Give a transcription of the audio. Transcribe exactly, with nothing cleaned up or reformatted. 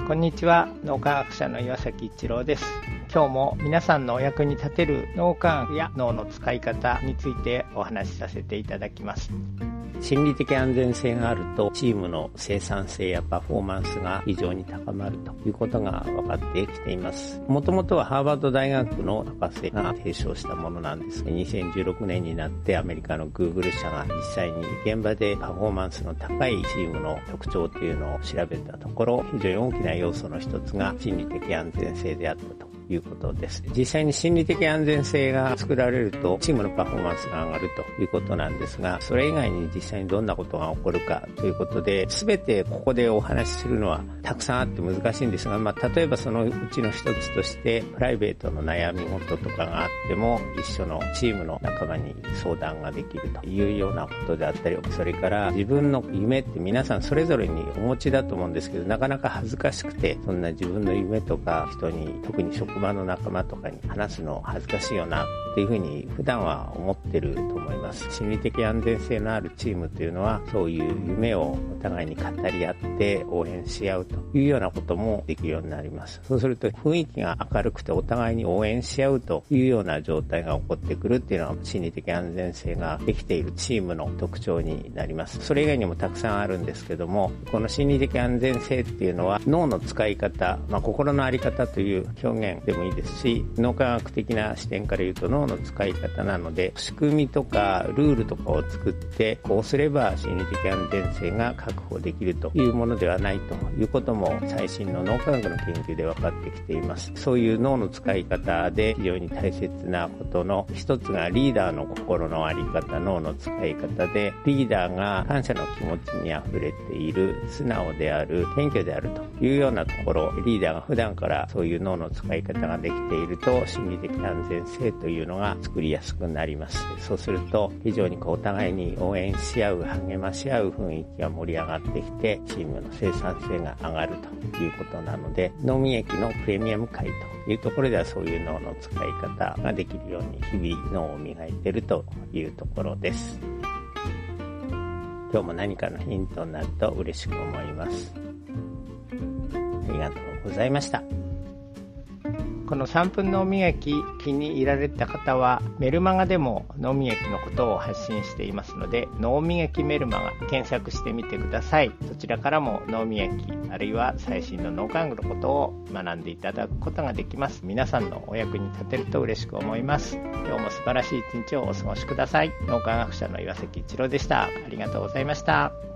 こんにちは、脳科学者の岩崎一郎です。今日も皆さんのお役に立てる脳科学や脳の使い方についてお話しさせていただきます。 心理的安全性があるとチームの生産性やパフォーマンスが非常に高まるということが分かってきています。もともとはハーバード大学の博士が提唱したものなんですが、にせんじゅうろくねんになってアメリカの Google 社が実際に現場でパフォーマンスの高いチームの特徴というのを調べたところ、非常に大きな要素の一つが心理的安全性であったということです。実際に心理的安全性が作られるとチームのパフォーマンスが上がるということなんですが、それ以外に実際にどんなことが起こるかということで、全てここでお話しするのはたくさんあって難しいんですが、まあ、例えばそのうちの一つとしてプライベートの悩み事とかがあっても一緒のチームの仲間に相談ができるというようなことであったり、それから自分の夢って皆さんそれぞれにお持ちだと思うんですけど、なかなか恥ずかしくてそんな自分の夢とか人に、特に職場の仲間とかに話すの恥ずかしいよなっていうふうに普段は思ってると思います。心理的安全性のあるチームというのはそういう夢をお互いに語り合って応援し合うというようなこともできるようになります。そうすると雰囲気が明るくてお互いに応援し合うというような状態が起こってくるっていうのは心理的安全性ができているチームの特徴になります。それ以外にもたくさんあるんですけども、この心理的安全性っていうのは脳の使い方、まあ、心の在り方という表現でもいいですし、脳科学的な視点から言うと脳の使い方なので、仕組みとかルールとかを作ってこうすれば心理的安全性が確保できるというものではないということも最新の脳科学の研究で分かってきています。そういう脳の使い方で非常に大切なことの一つがリーダーの心の在り方、脳の使い方で、リーダーが感謝の気持ちにあふれている、素直である、謙虚であるというようなところ、リーダーが普段からそういう脳の使い方ができていると心理的安全性というのが作りやすくなります。そうすると非常にこうお互いに応援し合う、励まし合う雰囲気が盛り上がってきてチームの生産性が上がるということなので、脳民益のプレミアム会というところではそういう脳の使い方ができるように日々脳を磨いているというところです。今日も何かのヒントになると嬉しく思います。ありがとうございました。 このさんぷん脳磨き気に入られた方はメルマガでも脳磨きのことを発信していますので、脳磨きメルマガ検索してみてください。そちらからも脳磨きあるいは最新の脳科学のことを学んでいただくことができます。皆さんのお役に立てると嬉しく思います。今日も素晴らしい一日をお過ごしください。脳科学者の岩崎一郎でした。ありがとうございました。